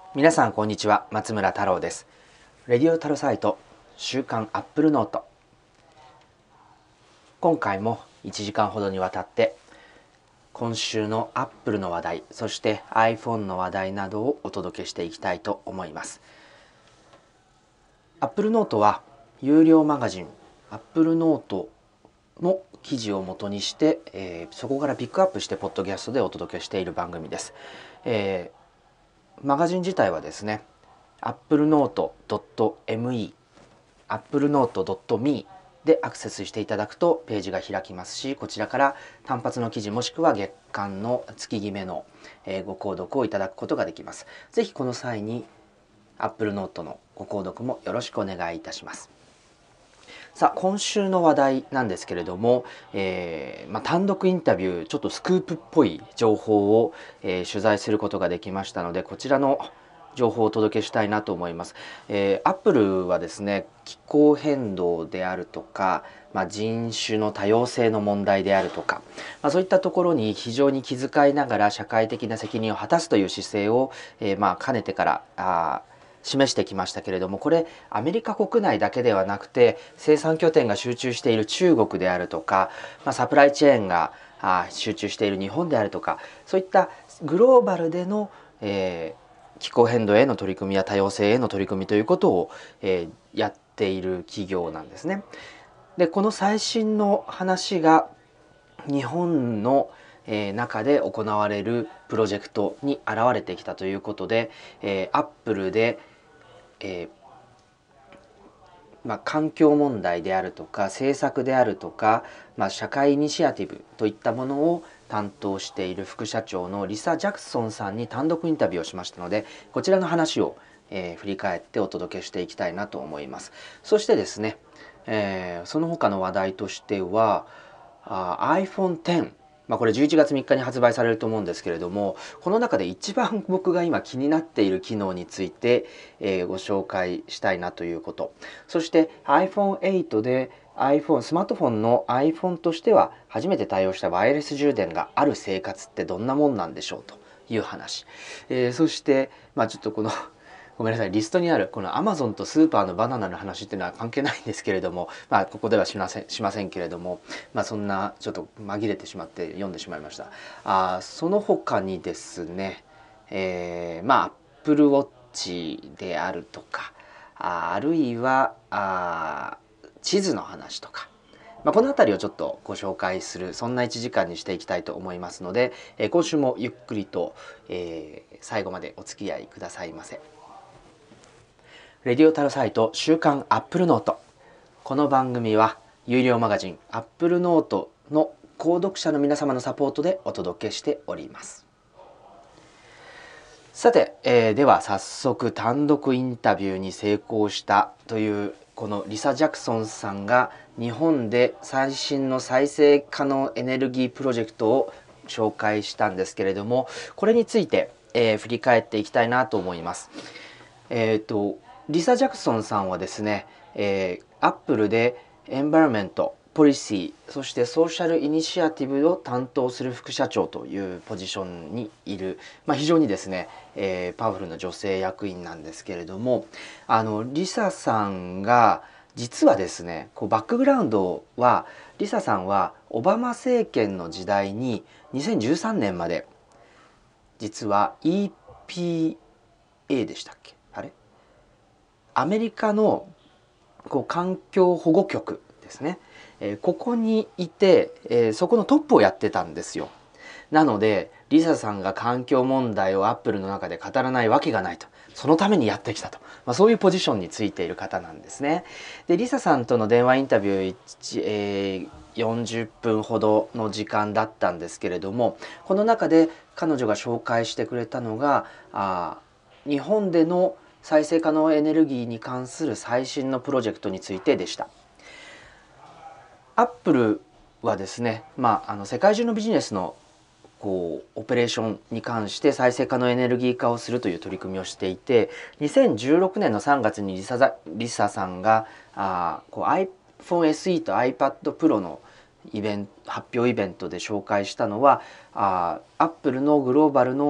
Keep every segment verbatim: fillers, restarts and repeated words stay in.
皆さんこんにちは、松村太郎です。レディオタロサイト週刊アップルノート、今回もいちじかんほどにわたって今週のアップルの話題、そして iPhone の話題などをお届けしていきたいと思います。アップルノートは有料マガジンアップルノートの記事を元にして、えー、そこからピックアップしてポッドキャストでお届けしている番組です。えー、マガジン自体はですね、アップルノート ドット エムイー、アップルノート ドットミー でアクセスしていただくとページが開きますし、こちらから単発の記事もしくは月間の月決めのご購読をいただくことができます。ぜひこの際に Apple Note のご購読もよろしくお願いいたします。さあ、今週の話題なんですけれども、えーまあ、単独インタビュー、ちょっとスクープっぽい情報を、えー、取材することができましたので、こちらの情報をお届けしたいなと思います。えー、アップルはですね、気候変動であるとか、まあ、人種の多様性の問題であるとか、まあ、そういったところに非常に気遣いながら社会的な責任を果たすという姿勢を、えー、まあかねてからあ示してきましたけれども、これアメリカ国内だけではなくて生産拠点が集中している中国であるとか、まあ、サプライチェーンがあ集中している日本であるとか、そういったグローバルでの、えー気候変動への取り組みや多様性への取り組みということを、えー、やっている企業なんですね。で、この最新の話が日本のえー、中で行われるプロジェクトに現れてきたということで、えー、アップルで、えーまあ、環境問題であるとか政策であるとか、まあ、社会イニシアティブといったものを担当している副社長のリサ・ジャクソンさんに単独インタビューをしましたので、こちらの話を、えー、振り返ってお届けしていきたいなと思います。そしてですね、えー、その他の話題としてはあ アイフォンテン、まあ、これじゅういちがつみっかに発売されると思うんですけれども、この中で一番僕が今気になっている機能について、えー、ご紹介したいなということ。そして アイフォンエイト で iPhone、スマートフォンの iPhone としては初めて対応したワイヤレス充電がある生活ってどんなもんなんでしょうという話。えー、そして、まあ、ちょっとこのごめんなさい、リストにあるこのアマゾンとスーパーのバナナの話っていうのは関係ないんですけれども、まあ、ここではしませんしませんけれども、まあ、そんなちょっと紛れてしまって読んでしまいました。あその他にですね、えー、まあアップルウォッチであるとか、ああるいはあ地図の話とか、まあ、この辺りをちょっとご紹介する、そんないちじかんにしていきたいと思いますので、えー、今週もゆっくりと、えー、最後までお付き合いくださいませ。レディオタルサイト週刊アップルノート。この番組は有料マガジンアップルノートの購読者の皆様のサポートでお届けしております。さて、えー、では早速単独インタビューに成功したというこのリサ・ジャクソンさんが日本で最新の再生可能エネルギープロジェクトを紹介したんですけれども、これについて、えー、振り返っていきたいなと思います。えーとリサ・ジャクソンさんはですね、えー、アップルでエンバラメント、ポリシー、そしてソーシャルイニシアティブを担当する副社長というポジションにいる、まあ、非常にですね、えー、パワフルな女性役員なんですけれども、あのリサさんが実はですね、こうバックグラウンドはリサさんはオバマ政権の時代ににせんじゅうさんねんまで実は イーピーエー でしたっけ、あれアメリカのこう環境保護局ですね、えー、ここにいて、えー、そこのトップをやってたんですよ。なのでリサさんが環境問題をアップルの中で語らないわけがないと、そのためにやってきたと、まあ、そういうポジションについている方なんですね。でリサさんとの電話インタビュー、えー、よんじゅっぷんほどの時間だったんですけれども、この中で彼女が紹介してくれたのがあ日本での再生可能エネルギーに関する最新のプロジェクトについてでした。アップルはですね、まあ、あの世界中のビジネスのこうオペレーションに関して再生可能エネルギー化をするという取り組みをしていて、にせんじゅうろくねんのさんがつにリサリサさんがあこう iPhone エスイー と iPad Pro のイベント発表イベントで紹介したのは、あアップルのグローバルの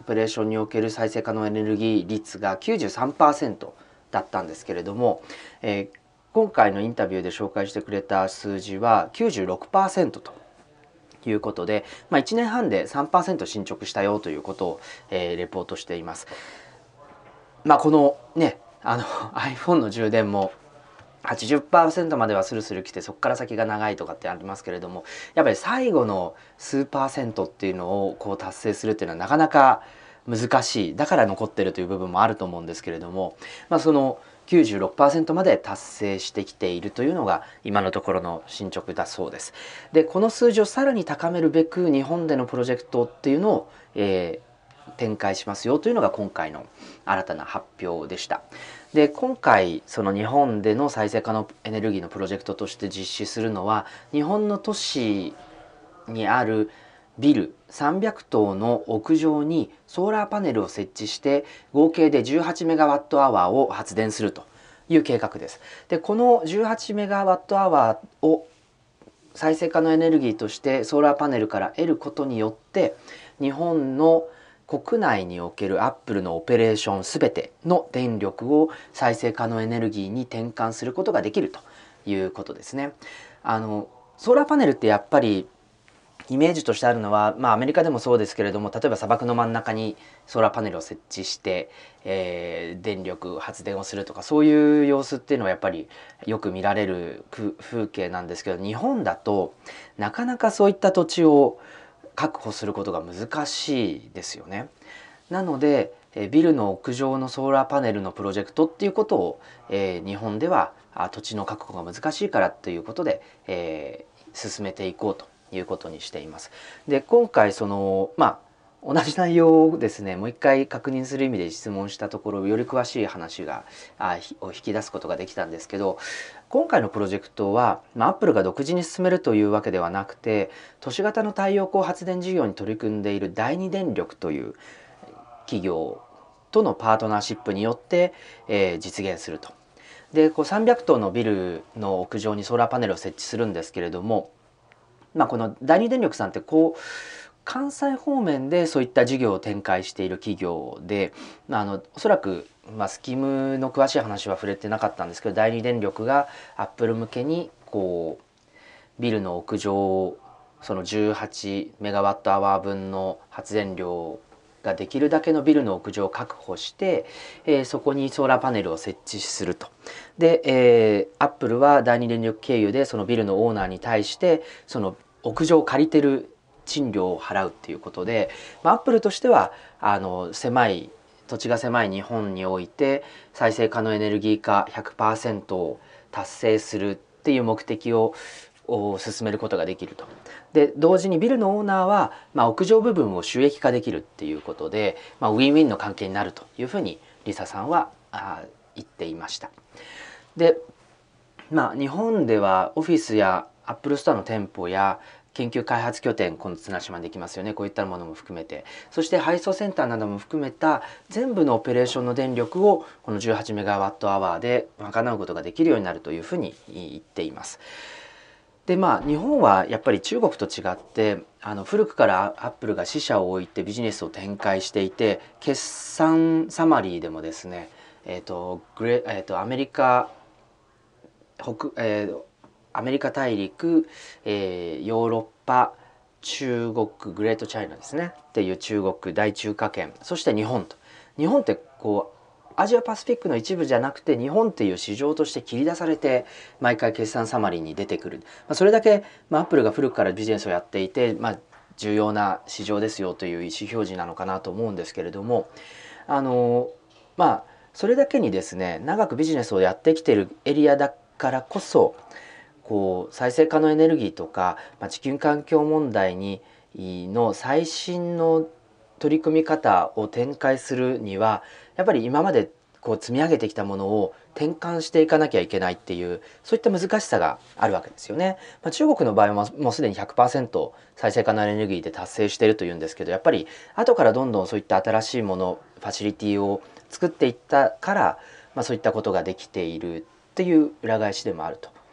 ペレーションにおける再生可能エネルギー率が きゅうじゅうさんパーセント だったんですけれども、えー、今回のインタビューで紹介してくれた数字は きゅうじゅうろくパーセント ということで、まあ、いちねんはんで さんパーセント 進捗したよということを、えー、レポートしています。まあ、このねあの iPhone の充電も はちじゅっパーセント まではスルスル来てそこから先が長いとかってありますけれども、やっぱり最後の数パーセントっていうのをこう達成するっていうのはなかなか難しい、だから残ってるという部分もあると思うんですけれども、まあ、その きゅうじゅうろくパーセント まで達成してきているというのが今のところの進捗だそうです。でこの数字をさらに高めるべく日本でのプロジェクトっていうのを、えー展開しますよというのが今回の新たな発表でした。で今回その日本での再生可能エネルギーのプロジェクトとして実施するのは、日本の都市にあるビルさんびゃくとうの屋上にソーラーパネルを設置して合計でじゅうはちメガワットアワーを発電するという計画です。でこのじゅうはちメガワットアワーを再生可能エネルギーとしてソーラーパネルから得ることによって日本の国内におけるアップルのオペレーションすべての電力を再生可能エネルギーに転換することができるということですね。あのソーラーパネルってやっぱりイメージとしてあるのは、まあ、アメリカでもそうですけれども、例えば砂漠の真ん中にソーラーパネルを設置して、えー、電力発電をするとか、そういう様子っていうのはやっぱりよく見られる風景なんですけど、日本だとなかなかそういった土地を確保することが難しいですよね。なのでビルの屋上のソーラーパネルのプロジェクトっていうことを、えー、日本では土地の確保が難しいからということで、えー、進めていこうということにしています。で今回そのまあ同じ内容をですねもう一回確認する意味で質問したところ、より詳しい話があを引き出すことができたんですけど、今回のプロジェクトは、まあ、アップルが独自に進めるというわけではなくて、都市型の太陽光発電事業に取り組んでいる第二電力という企業とのパートナーシップによって、えー、実現すると。でこうさんびゃくとうのビルの屋上にソーラーパネルを設置するんですけれども、まあ、この第二電力さんってこう関西方面でそういった事業を展開している企業で、あのおそらく、まあ、スキムの詳しい話は触れてなかったんですけど、第二電力がアップル向けにこうビルの屋上そのじゅうはちメガワットアワー分の発電量ができるだけのビルの屋上を確保して、えー、そこにソーラーパネルを設置すると。で、えー、アップルは第二電力経由でそのビルのオーナーに対してその屋上を借りてる賃料を払うっていうことで、まあ、アップルとしてはあの狭い土地が狭い日本において再生可能エネルギー化 ひゃくパーセント を達成するっていう目的を進めることができると。で同時にビルのオーナーは、まあ、屋上部分を収益化できるっていうことで、まあ、ウィンウィンの関係になるというふうにリサさんはあ言っていました。でまあ日本ではオフィスやアップルストアの店舗や研究開発拠点、この綱島にできますよね、こういったものも含めて、そして配送センターなども含めた全部のオペレーションの電力をこのじゅうはちメガワットアワーで賄うことができるようになるというふうに言っています。でまあ日本はやっぱり中国と違ってあの古くからアップルが支社を置いてビジネスを展開していて、決算サマリーでもですね、えーとグレえーとアメリカ北、えーアメリカ大陸、えー、ヨーロッパ、中国、グレートチャイナですねっていう中国大中華圏、そして日本と。日本ってこうアジアパシフィックの一部じゃなくて日本っていう市場として切り出されて毎回決算サマリーに出てくる、まあ、それだけ、まあ、アップルが古くからビジネスをやっていて、まあ、重要な市場ですよという意思表示なのかなと思うんですけれども、あのまあそれだけにですね長くビジネスをやってきているエリアだからこそこう再生可能エネルギーとか、まあ、地球環境問題にの最新の取り組み方を展開するにはやっぱり今までこう積み上げてきたものを転換していかなきゃいけないっていうそういった難しさがあるわけですよね。まあ、中国の場合はもうすでに ひゃくパーセント 再生可能エネルギーで達成しているというんですけど、やっぱり後からどんどんそういった新しいものファシリティを作っていったから、まあ、そういったことができているっていう裏返しでもあると。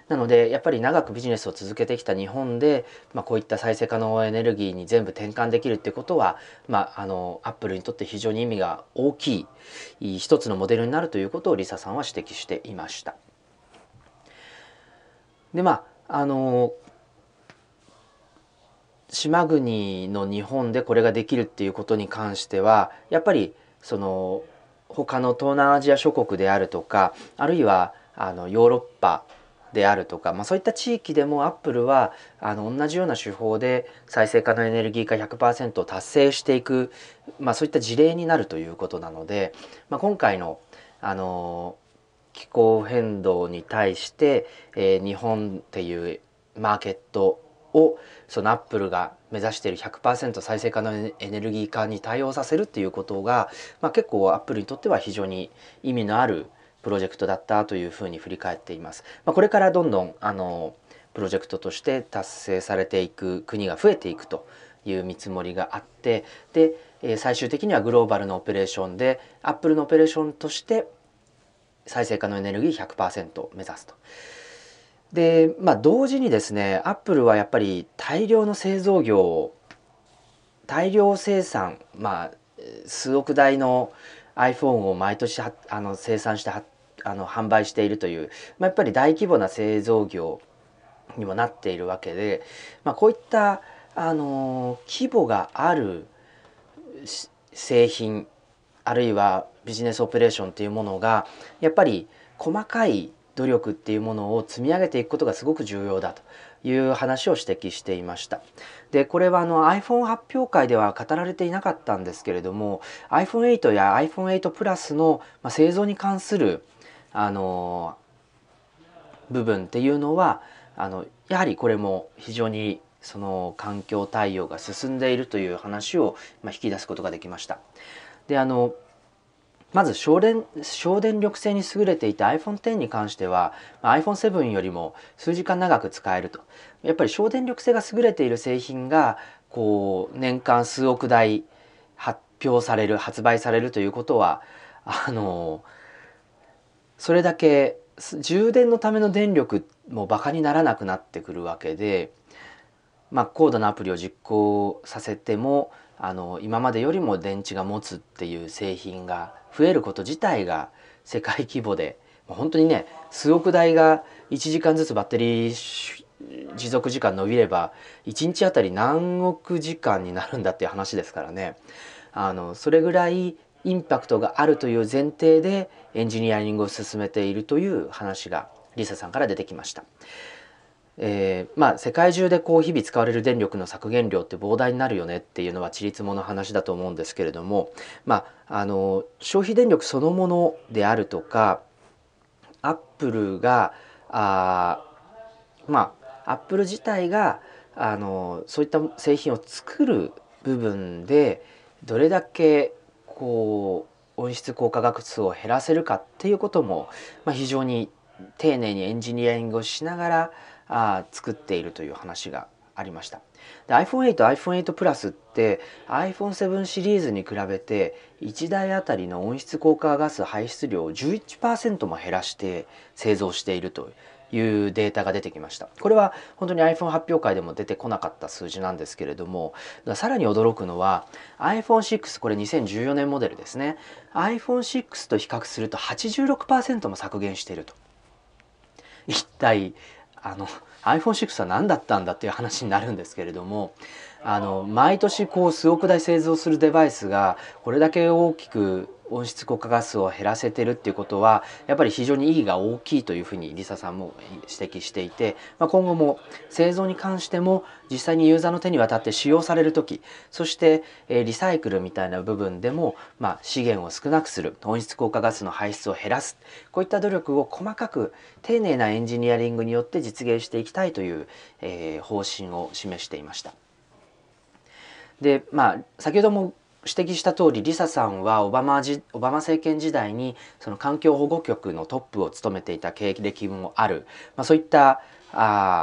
なのでやっぱり長くビジネスを続けてきた日本で、まあ、こういった再生可能エネルギーに全部転換できるっていうことは、まあ、あのアップルにとって非常に意味が大きい一つのモデルになるということをリサさんは指摘していました。でまああの島国の日本でこれができるっていうことに関してはやっぱりその他の東南アジア諸国であるとか、あるいはあのヨーロッパであるとか、まあ、そういった地域でもアップルはあの同じような手法で再生可能エネルギー化 ひゃくパーセント を達成していく、まあ、そういった事例になるということなので、まあ、今回のあの気候変動に対して、えー、日本っていうマーケットをそのアップルが目指している ひゃくパーセント 再生可能エネルギー化に対応させるっていうことが、まあ、結構アップルにとっては非常に意味のあるプロジェクトだったというふうに振り返っています。まあ、これからどんどんあのプロジェクトとして達成されていく国が増えていくという見積もりがあって、で最終的にはグローバルのオペレーションでアップルのオペレーションとして再生可能エネルギー ひゃくパーセント を目指すと。でまあ同時にですね、アップルはやっぱり大量の製造業、大量生産、まあ数億台の iPhone を毎年あの生産してあの販売しているという、まあ、やっぱり大規模な製造業にもなっているわけで、まあ、こういったあの規模がある製品あるいはビジネスオペレーションっていうものがやっぱり細かい努力っていうものを積み上げていくことがすごく重要だという話を指摘していました。でこれはあの iPhone 発表会では語られていなかったんですけれども、 アイフォンエイト や アイフォンエイト プラスの製造に関するあの部分っていうのはあのやはりこれも非常にその環境対応が進んでいるという話を、まあ、引き出すことができました。であのまず省電省電力性に優れていた アイフォンテン に関しては アイフォンセブン よりも数時間長く使えると。やっぱり省電力性が優れている製品がこう年間数億台発表される発売されるということはあのそれだけ充電のための電力もバカにならなくなってくるわけで、まあ、高度なアプリを実行させてもあの今までよりも電池が持つっていう製品が増えること自体が世界規模で本当にね数億台がいちじかんずつバッテリー持続時間伸びればいちにちあたり何億時間になるんだっていう話ですからね。あのそれぐらいインパクトがあるという前提でエンジニアリングを進めているという話がリサさんから出てきました。えー、まあ世界中でこう日々使われる電力の削減量って膨大になるよねっていうのはちりつもの話だと思うんですけれども、まあ、あの消費電力そのものであるとかアップルがあまあアップル自体があのそういった製品を作る部分でどれだけこう温室効果ガスを減らせるかっていうことも、まあ、非常に丁寧にエンジニアリングをしながらあ作っているという話がありました。で アイフォンエイト、アイフォンエイト プラスって アイフォンセブン シリーズに比べていちだいあたりの温室効果ガス排出量を じゅういちパーセント も減らして製造しているというデータが出てきました。これは本当に iPhone 発表会でも出てこなかった数字なんですけれども、さらに驚くのは アイフォンシックス、これにせんじゅうよねんモデルですね。アイフォンシックス と比較すると はちじゅうろくパーセント も削減していると。一体あの アイフォンシックス は何だったんだっていう話になるんですけれども、あの毎年こう数億台製造するデバイスがこれだけ大きく温室効果ガスを減らせてるっていうことはやっぱり非常に意義が大きいというふうにリサさんも指摘していて、まあ、今後も製造に関しても実際にユーザーの手に渡って使用される時、そしてリサイクルみたいな部分でも、まあ、資源を少なくする、温室効果ガスの排出を減らす、こういった努力を細かく丁寧なエンジニアリングによって実現していきたいという、えー、方針を示していました。でまあ先ほども指摘した通りリサさんはオバマじオバマ政権時代にその環境保護局のトップを務めていた経歴もある、まあ、そういったあ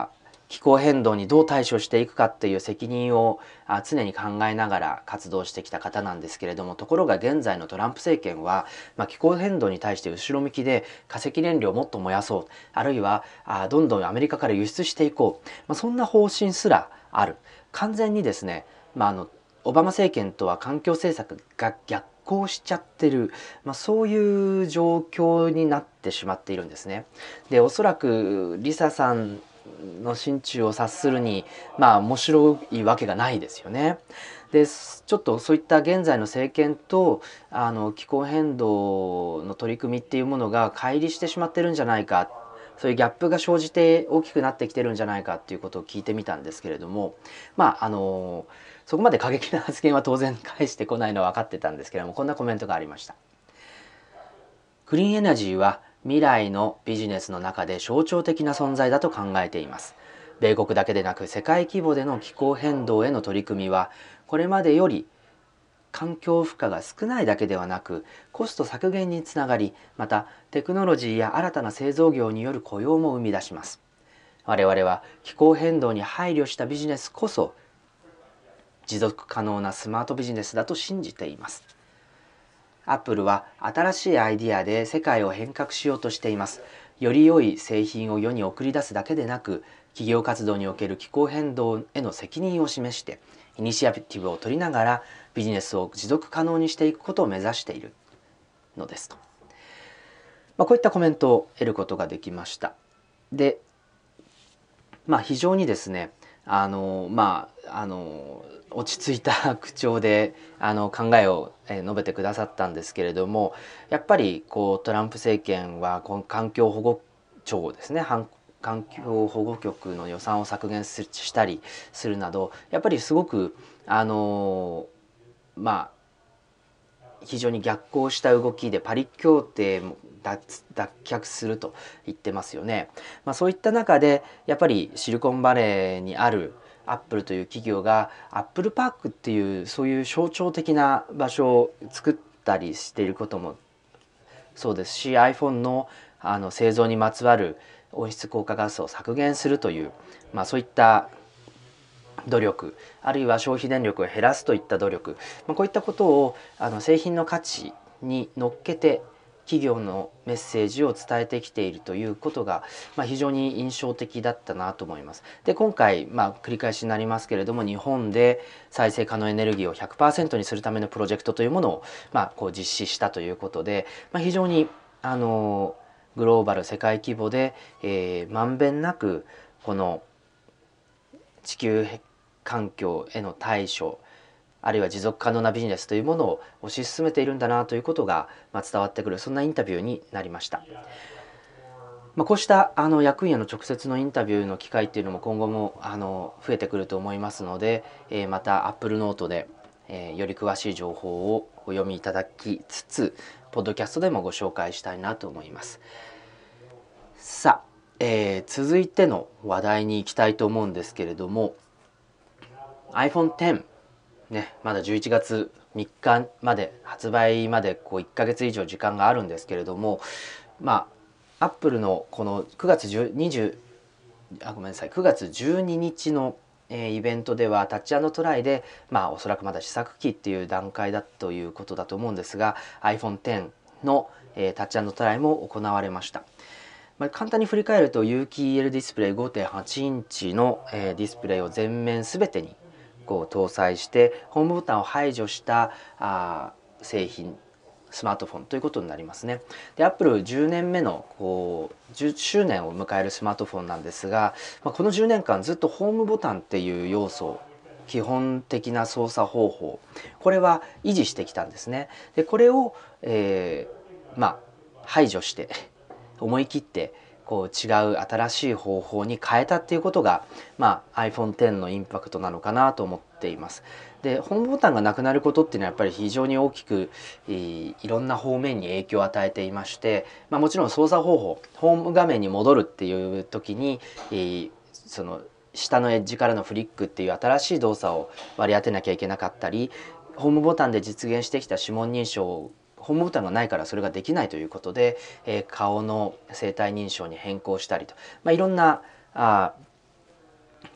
気候変動にどう対処していくかっていう責任を常に考えながら活動してきた方なんですけれども、ところが現在のトランプ政権は、まあ、気候変動に対して後ろ向きで化石燃料をもっと燃やそう、あるいはあどんどんアメリカから輸出していこう、まあ、そんな方針すらある。完全にですね、まあ、あのオバマ政権とは環境政策が逆行しちゃってる、まあ、そういう状況になってしまっているんですね。で、おそらくリサさんの心中を察するに、まあ面白いわけがないですよね。でちょっとそういった現在の政権とあの気候変動の取り組みっていうものが乖離してしまってるんじゃないか、そういうギャップが生じて大きくなってきてるんじゃないかっていうことを聞いてみたんですけれども、まああのそこまで過激な発言は当然返してこないのは分かってたんですけれども、こんなコメントがありました。クリーンエナジーは未来のビジネスの中で象徴的な存在だと考えています。米国だけでなく世界規模での気候変動への取り組みは、これまでより環境負荷が少ないだけではなく、コスト削減につながり、またテクノロジーや新たな製造業による雇用も生み出します。我々は気候変動に配慮したビジネスこそ持続可能なスマートビジネスだと信じています。アップルは新しいアイディアで世界を変革しようとしています。より良い製品を世に送り出すだけでなく、企業活動における気候変動への責任を示して、イニシアティブを取りながらビジネスを持続可能にしていくことを目指しているのですと。まあ、こういったコメントを得ることができました。で、まあ非常にですね、あのまああの落ち着いた口調であの考えを述べてくださったんですけれども、やっぱりこうトランプ政権はこの環境保護庁ですね、環境保護局の予算を削減したりするなど、やっぱりすごくあのまあ非常に逆行した動きで、パリ協定も脱却すると言ってますよね。まあ、そういった中でやっぱりシリコンバレーにあるアップルという企業がアップルパークっていうそういう象徴的な場所を作ったりしていることもそうですし、 iPhone の, あの製造にまつわる温室効果ガスを削減するという、まあ、そういった努力、あるいは消費電力を減らすといった努力、まあ、こういったことをあの製品の価値に乗っけて企業のメッセージを伝えてきているということが、まあ、非常に印象的だったなと思います。で、今回、まあ、繰り返しになりますけれども、日本で再生可能エネルギーを ひゃくパーセント にするためのプロジェクトというものを、まあ、こう実施したということで、まあ、非常にあのグローバル世界規模で、えー、まんべんなくこの地球環境への対処、あるいは持続可能なビジネスというものを推し進めているんだなということが伝わってくる、そんなインタビューになりました。まあ、こうしたあの役員への直接のインタビューの機会っていうのも今後もあの増えてくると思いますので、えー、また Apple Note で、えー、より詳しい情報をお読みいただきつつ、ポッドキャストでもご紹介したいなと思います。さあ、えー、続いての話題に行きたいと思うんですけれども、 アイフォンテンね、まだじゅういちがつみっかまで発売までこういっかげつ以上時間があるんですけれども、まあアップルのこのくがつにじゅうあごめんなさいくがつじゅうににちのイベントではタッチ&トライで、まあおそらくまだ試作機っていう段階だということだと思うんですが、 アイフォンテン のタッチ&トライも行われました。まあ、簡単に振り返ると、有機 イーエル ディスプレイ ごてんはち インチのディスプレイを全面すべてにこう搭載して、ホームボタンを排除したあ製品、スマートフォンということになりますね。で、アップルじゅうねんめのこうじゅっしゅうねんを迎えるスマートフォンなんですが、まあ、このじゅうねんかんずっとホームボタンっていう要素、基本的な操作方法、これは維持してきたんですね。で、これを、えー、まあ排除して思い切ってこう違う新しい方法に変えたっていうことが、まあ、アイフォンテン のインパクトなのかなと思っています。で、ホームボタンがなくなることっていうのはやっぱり非常に大きくいろんな方面に影響を与えていまして、まあ、もちろん操作方法、ホーム画面に戻るっていう時にその下のエッジからのフリックっていう新しい動作を割り当てなきゃいけなかったり、ホームボタンで実現してきた指紋認証をホームボタンがないからそれができないということで、えー、顔の生体認証に変更したりと、まあ、いろんなあ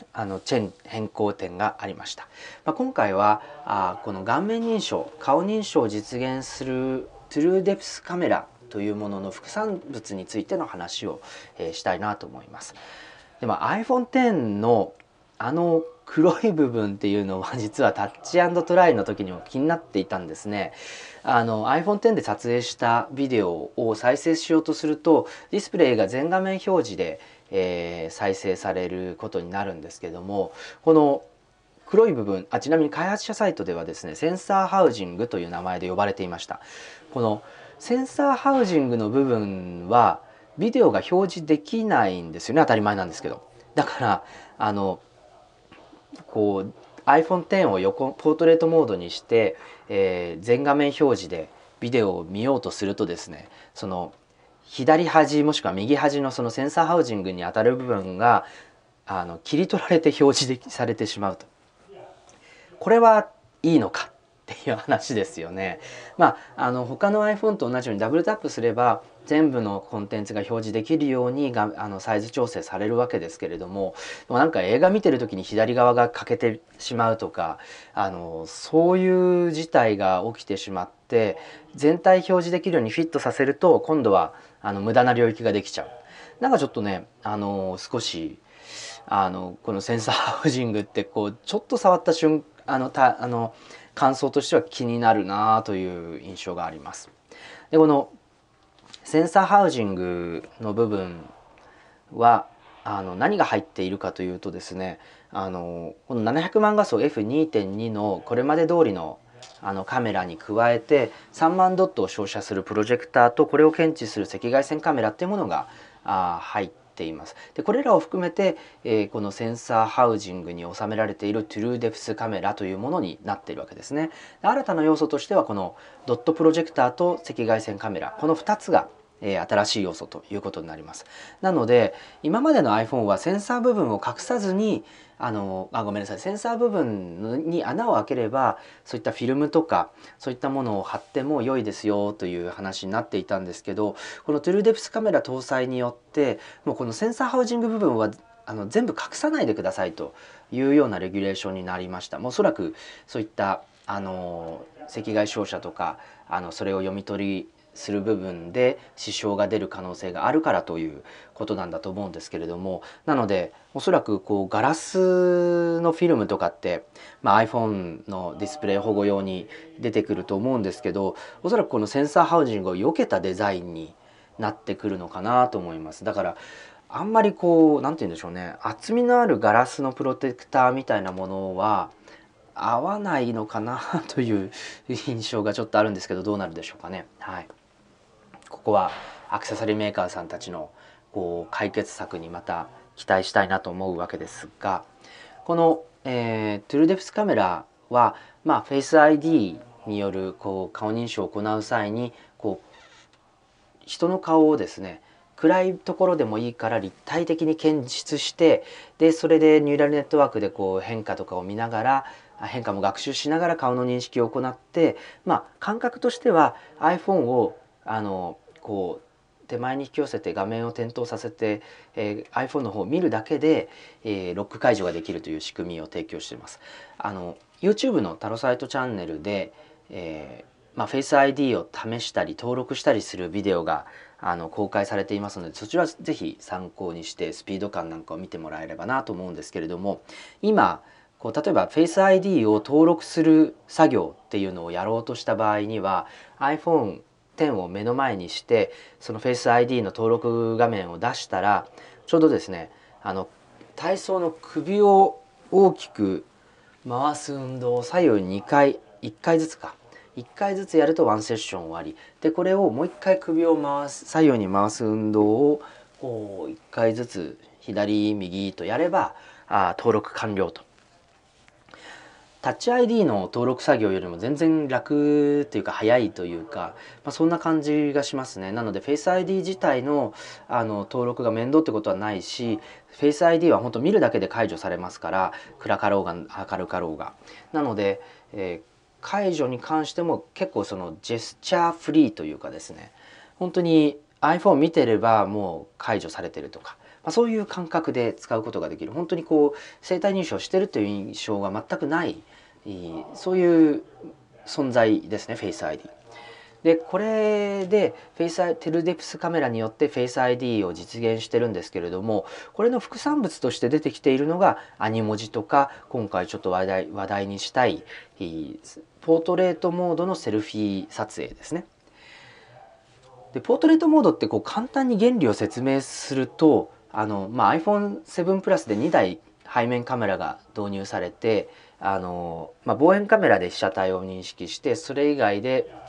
あのチェン変更点がありました。まあ、今回はあこの顔面認証、顔認証を実現するトゥルーデプスカメラというものの副産物についての話を、えー、したいなと思います。でも アイフォンテン のあの黒い部分っていうのは実はタッチ&トライの時にも気になっていたんですね。あの アイフォンテン で撮影したビデオを再生しようとするとディスプレイが全画面表示で、えー、再生されることになるんですけども、この黒い部分、あちなみに開発者サイトではですね、センサーハウジングという名前で呼ばれていました。このセンサーハウジングの部分はビデオが表示できないんですよね。当たり前なんですけど。だからあのこう アイフォンテン を横ポートレートモードにして、えー、全画面表示でビデオを見ようとするとですね、その左端もしくは右端のそのセンサーハウジングに当たる部分があの切り取られて表示でされてしまうと。これはいいのかっていう話ですよね。まあ、あの他の iPhone と同じようにダブルタップすれば全部のコンテンツが表示できるようにがあのサイズ調整されるわけですけれども、でもなんか映画見てる時に左側が欠けてしまうとか、あのそういう事態が起きてしまって全体表示できるようにフィットさせると今度はあの無駄な領域ができちゃう。なんかちょっとね、あの少しあのこのセンサーハウジングってこうちょっと触った瞬あのたあの感想としては気になるなという印象があります。でこのセンサーハウジングの部分はあの何が入っているかというとですね、あのこのななひゃくまん画素 エフにてんに のこれまで通りのあのカメラに加えてさんまんドットを照射するプロジェクターとこれを検知する赤外線カメラっていうものがあ入っています。でこれらを含めて、えー、このセンサーハウジングに収められているトゥルーデプスカメラというものになっているわけですね。新たな要素としてはこのドットプロジェクターと赤外線カメラ、このふたつがえー、新しい要素ということになります。なので今までの iPhone はセンサー部分を隠さずにあのあごめんなさいセンサー部分に穴を開ければそういったフィルムとかそういったものを貼っても良いですよという話になっていたんですけど、このトゥルーデプスカメラ搭載によってもうこのセンサーハウジング部分はあの全部隠さないでくださいというようなレギュレーションになりました。もうおそらくそういったあの赤外照射とかあのそれを読み取りする部分で支障が出る可能性があるからということなんだと思うんですけれども、なのでおそらくこうガラスのフィルムとかって、まあ、iPhone のディスプレイ保護用に出てくると思うんですけど、おそらくこのセンサーハウジングを避けたデザインになってくるのかなと思います。だからあんまりこう何て言うんでしょうね、厚みのあるガラスのプロテクターみたいなものは合わないのかなという印象がちょっとあるんですけど、どうなるでしょうかね。はい、ここはアクセサリーメーカーさんたちのこう解決策にまた期待したいなと思うわけですが、この、えー、トゥルーデプスカメラは、まあ、フェイス アイディー によるこう顔認証を行う際にこう人の顔をですね暗いところでもいいから立体的に検出して、でそれでニューラルネットワークでこう変化とかを見ながら変化も学習しながら顔の認識を行って、まあ感覚としては iPhone をあのこう手前に引き寄せて画面を点灯させて、えー、iPhone の方を見るだけで、えー、ロック解除ができるという仕組みを提供しています。あの YouTube のタロサイトチャンネルで、えーまあ、Face アイディー を試したり登録したりするビデオがあの公開されていますので、そちらぜひ参考にしてスピード感なんかを見てもらえればなと思うんですけれども、今こう例えば Face アイディー を登録する作業っていうのをやろうとした場合には アイフォンテンを目の前にしてその Face アイディー の登録画面を出したら、ちょうどですねあの体操の首を大きく回す運動を左右にかいいっかいずつかいっかいずつやるとワンセッション終わりで、これをもういっかい首を回す左右に回す運動をこういっかいずつ左右とやればあ登録完了と。タッチ アイディー の登録作業よりも全然楽というか早いというか、まあ、そんな感じがしますね。なので Face アイディー 自体のあの登録が面倒ってことはないし、 Face アイディー は本当見るだけで解除されますから、暗かろうが明るかろうが。なので、えー解除に関しても結構そのジェスチャーフリーというかですね、本当に iPhone 見てればもう解除されてるとか、 あ、そういう感覚で使うことができる、本当にこう生体認証してるという印象が全くない、そういう存在ですね、フェイス アイディー。でこれでフェイステルデプスカメラによってフェイス アイディー を実現してるんですけれども、これの副産物として出てきているのがアニ文字とか、今回ちょっと話題話題にしたいポートレートモードのセルフィー撮影ですね。でポートレートモードってこう簡単に原理を説明すると、あの、まあ、アイフォンセブン プラスでにだい背面カメラが導入されて、あの、まあ、望遠カメラで被写体を認識して、それ以外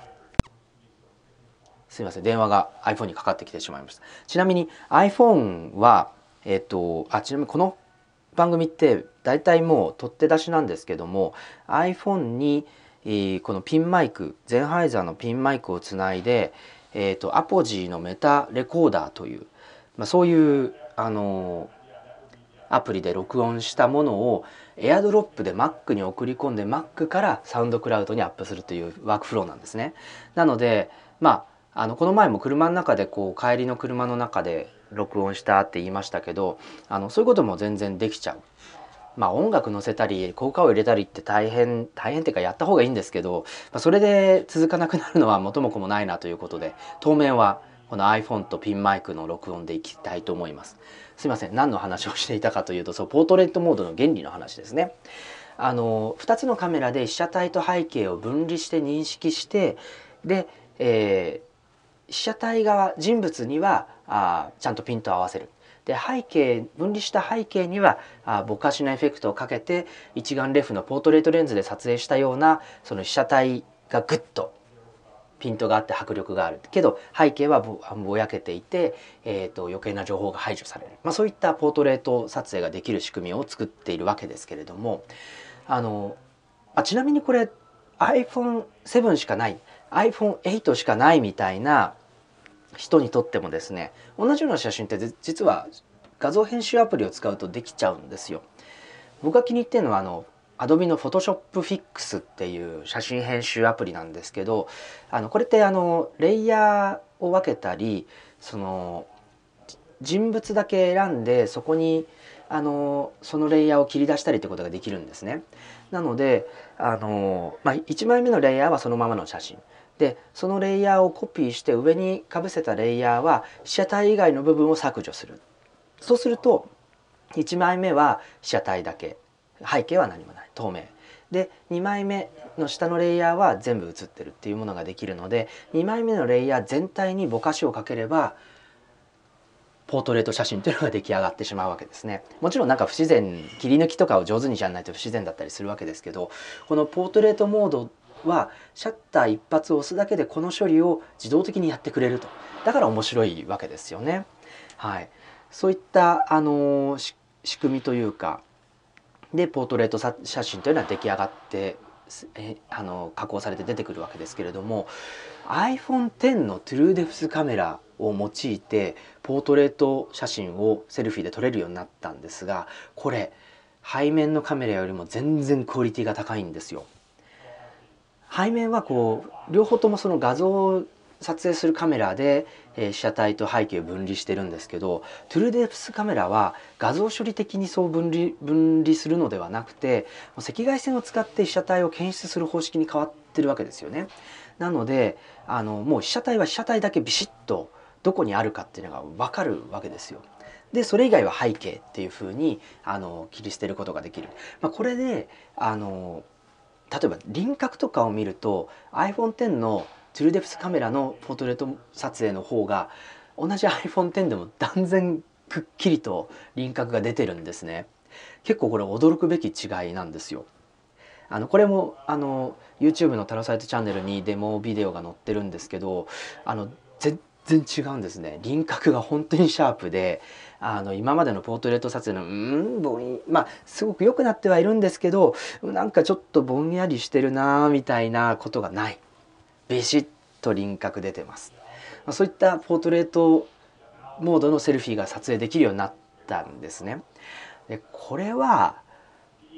ですいません、電話が iPhone にかかってきてしまいました。ちなみに iPhone は、えっと、あ、ちなみにこの番組って大体もう取って出しなんですけども、 iPhone に、えーこのピンマイク、ゼンハイザーのピンマイクをつないで、えーと、アポジーのメタレコーダーという、まあ、そういうあのアプリで録音したものをエアドロップで Mac に送り込んで Mac からサウンドクラウドにアップするというワークフローなんですね。なのでまああのこの前も車の中でこう帰りの車の中で録音したって言いましたけど、あのそういうことも全然できちゃう。まあ音楽載せたり効果を入れたりって大変大変っていうかやった方がいいんですけど、まあ、それで続かなくなるのは元も子もないなということで、当面はこの iPhone とピンマイクの録音でいきたいと思います。すいません、何の話をしていたかというと、そうポートレートモードの原理の話ですね。あのふたつのカメラで被写体と背景を分離して認識して、で、えー、被写体側人物にはあちゃんとピントを合わせる。で背景分離した背景にはあぼかしのエフェクトをかけて、一眼レフのポートレートレンズで撮影したようなその被写体がグッとピントがあって迫力があるけど、背景は ぼ, ぼやけていて、えーと、余計な情報が排除される、まあ、そういったポートレート撮影ができる仕組みを作っているわけですけれども、あのあちなみにこれ アイフォンセブン しかない アイフォンエイト しかないみたいな人にとってもですね、同じような写真って実は画像編集アプリを使うとできちゃうんですよ。僕が気に入ってるのはあの Adobe の Photoshop Fix っていう写真編集アプリなんですけど、あのこれってあのレイヤーを分けたり、その人物だけ選んでそこにあのそのレイヤーを切り出したりってことができるんですね。なのであの、まあ、いちまいめのレイヤーはそのままの写真で、そのレイヤーをコピーして上にかぶせたレイヤーは被写体以外の部分を削除する。そうするといちまいめは被写体だけ、背景は何もない透明で、にまいめの下のレイヤーは全部写ってるっていうものができるので、にまいめのレイヤー全体にぼかしをかければポートレート写真というのが出来上がってしまうわけですね。もちろんなんか不自然、切り抜きとかを上手にやらないと不自然だったりするわけですけど、このポートレートモードはシャッター一発を押すだけでこの処理を自動的にやってくれると。だから面白いわけですよね。はい、そういったあの仕組みというかでポートレート写真というのは出来上がってえあの加工されて出てくるわけですけれども、 アイフォンテン のトゥルーデプスカメラを用いてポートレート写真をセルフィーで撮れるようになったんですが、これ背面のカメラよりも全然クオリティが高いんですよ。背面はこう両方ともその画像を撮影するカメラで、えー、被写体と背景を分離してるんですけど、トゥルーデプスカメラは画像処理的にそう分離分離するのではなくて、赤外線を使って被写体を検出する方式に変わってるわけですよね。なのであのもう被写体は被写体だけビシッとどこにあるかっていうのが分かるわけですよ。でそれ以外は背景っていうふうにあの切り捨てることができる。まあ、これであの例えば輪郭とかを見ると アイフォンテン のトゥルーデプスカメラのポートレート撮影の方が同じ アイフォンテン でも断然くっきりと輪郭が出てるんですね。結構これ驚くべき違いなんですよ。あのこれもあの YouTube のタロサイトチャンネルにデモビデオが載ってるんですけど、あの全然違うんですね。輪郭が本当にシャープで、あの今までのポートレート撮影のうんぼんまあすごく良くなってはいるんですけど、なんかちょっとぼんやりしてるなみたいなことがない。ビシッと輪郭出てます。そういったポートレートモードのセルフィーが撮影できるようになったんですね。でこれは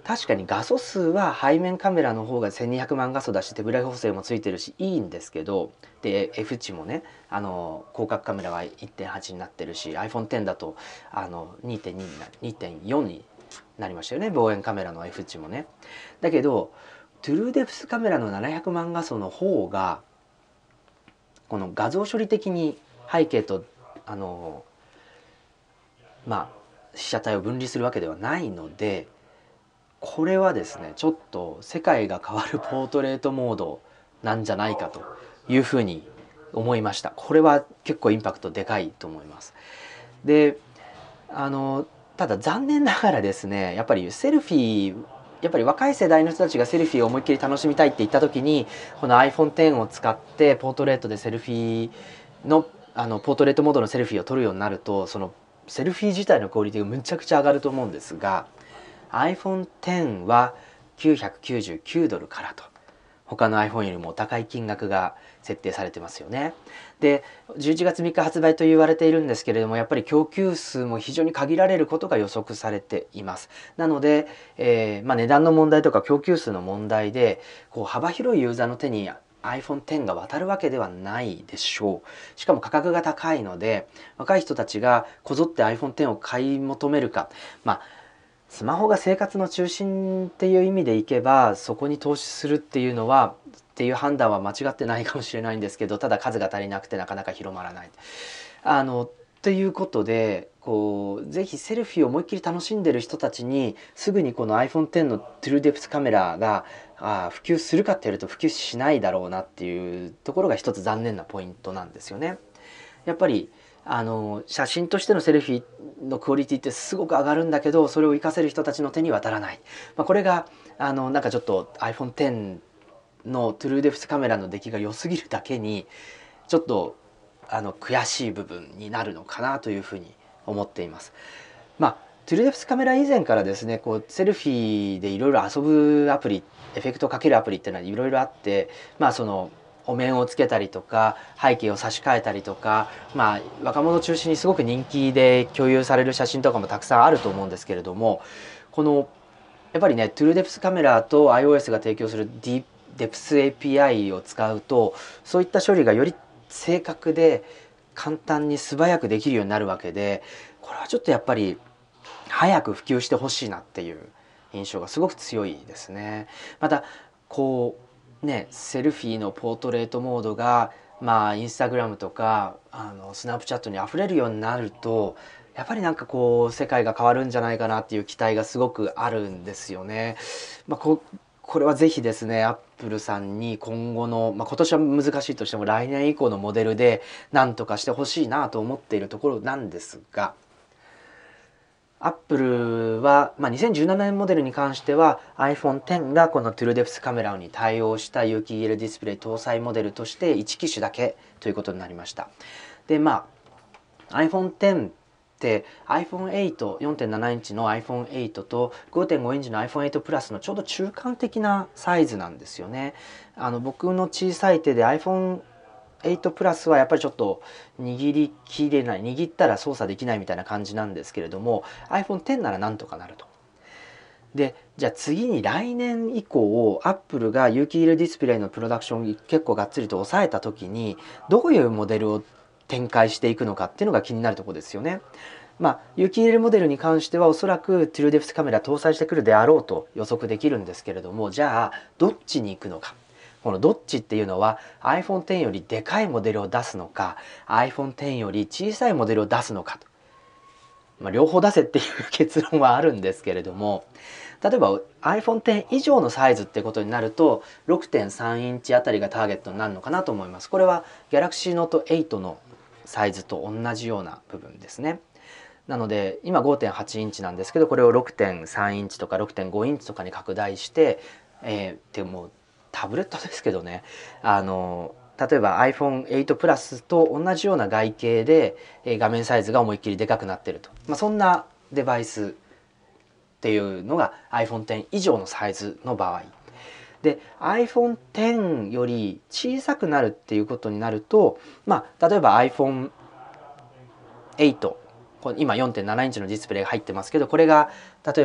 確かに画素数は背面カメラの方がせんにひゃくまん画素だし手ぶれ補正もついてるしいいんですけど、で F 値もねあの広角カメラは いってんはち になってるし アイフォンテン だとあの にてんに にな にてんよん になりましたよね、望遠カメラの F 値もね。だけどトゥルーデプスカメラのななひゃくまん画素の方がこの画像処理的に背景とあのまあ被写体を分離するわけではないので、これはですねちょっと世界が変わるポートレートモードなんじゃないかというふうに思いました。これは結構インパクトでかいと思います。であのただ残念ながらですねやっぱりセルフィーやっぱり若い世代の人たちがセルフィーを思いっきり楽しみたいって言った時にこの アイフォンテン を使ってポートレートでセルフィーのあのポートレートモードのセルフィーを撮るようになるとそのセルフィー自体のクオリティがむちゃくちゃ上がると思うんですが アイフォンテン はきゅうひゃくきゅうじゅうきゅうドルからと他の iPhone よりもお高い金額が設定されてますよね。でじゅういちがつみっか発売と言われているんですけれどもやっぱり供給数も非常に限られることが予測されています。なので、えーまあ、値段の問題とか供給数の問題でこう幅広いユーザーの手に アイフォンテン が渡るわけではないでしょう。しかも価格が高いので若い人たちがこぞって アイフォンテン を買い求めるか、まあスマホが生活の中心っていう意味でいけばそこに投資するっていうのはっていう判断は間違ってないかもしれないんですけど、ただ数が足りなくてなかなか広まらない。あのということでこうぜひセルフィーを思いっきり楽しんでる人たちにすぐにこの アイフォンテン のトゥルーデプスカメラがあ普及するかっていうと普及しないだろうなっていうところが一つ残念なポイントなんですよね。やっぱりあの写真としてのセルフィーのクオリティってすごく上がるんだけどそれを活かせる人たちの手に渡らない、まあ、これがあのなんかちょっと アイフォンテン のトゥルーデプスカメラの出来が良すぎるだけにちょっとあの悔しい部分になるのかなというふうに思っています。まあトゥルーデプスカメラ以前からですねこうセルフィーでいろいろ遊ぶアプリエフェクトをかけるアプリっていうのはいろいろあってまあそのお面をつけたりとか背景を差し替えたりとか、まあ、若者を中心にすごく人気で共有される写真とかもたくさんあると思うんですけれどもこのやっぱりねトゥルーデプスカメラと iOS が提供する ディデプス エーピーアイ を使うとそういった処理がより正確で簡単に素早くできるようになるわけでこれはちょっとやっぱり早く普及してほしいなっていう印象がすごく強いですね。またこうねセルフィーのポートレートモードがまあインスタグラムとかあのスナップチャットにあふれるようになるとやっぱりなんかこう世界が変わるんじゃないかなっていう期待がすごくあるんですよね。まあ、ここれはぜひですねアップルさんに今後の、まあ、今年は難しいとしても来年以降のモデルで何とかしてほしいなと思っているところなんですがアップルは、まあ、にせんじゅうななねんモデルに関しては アイフォンテン がこのトゥルーデプスカメラに対応した有機 イーエル ディスプレイ搭載モデルとしていち機種だけということになりました。でまあ アイフォンテン って アイフォンエイト よんてんなな インチの アイフォンエイト と ごてんご インチの アイフォンエイト プラスのちょうど中間的なサイズなんですよね。あの僕の小さい手で アイフォンエイトプラスはやっぱりちょっと握りきれない握ったら操作できないみたいな感じなんですけれども アイフォンテン ならなんとかなると。でじゃあ次に来年以降アップルが有機 イーエル ディスプレイのプロダクション結構がっつりと抑えた時にどういうモデルを展開していくのかっていうのが気になるところですよね。まあ有機 イーエル モデルに関してはおそらくトゥルーデプスカメラ搭載してくるであろうと予測できるんですけれどもじゃあどっちに行くのか。このどっちっていうのは アイフォンテン よりでかいモデルを出すのか アイフォンテン より小さいモデルを出すのかと、まあ、両方出せっていう結論はあるんですけれども例えば アイフォンテン 以上のサイズってことになると ろくてんさん インチあたりがターゲットになるのかなと思います。これは Galaxy Note エイトのサイズと同じような部分ですね。なので今 ごてんはち インチなんですけどこれを ろくてんさん インチとか ろくてんご インチとかに拡大して、えー、でもタブレットですけどねあの例えば アイフォンエイト プラスと同じような外形で画面サイズが思いっきりでかくなってると、まあ、そんなデバイスっていうのが アイフォンテン 以上のサイズの場合で アイフォンテン より小さくなるっていうことになると、まあ、例えば アイフォンエイト今 よんてんなな インチのディスプレイが入ってますけどこれが例えば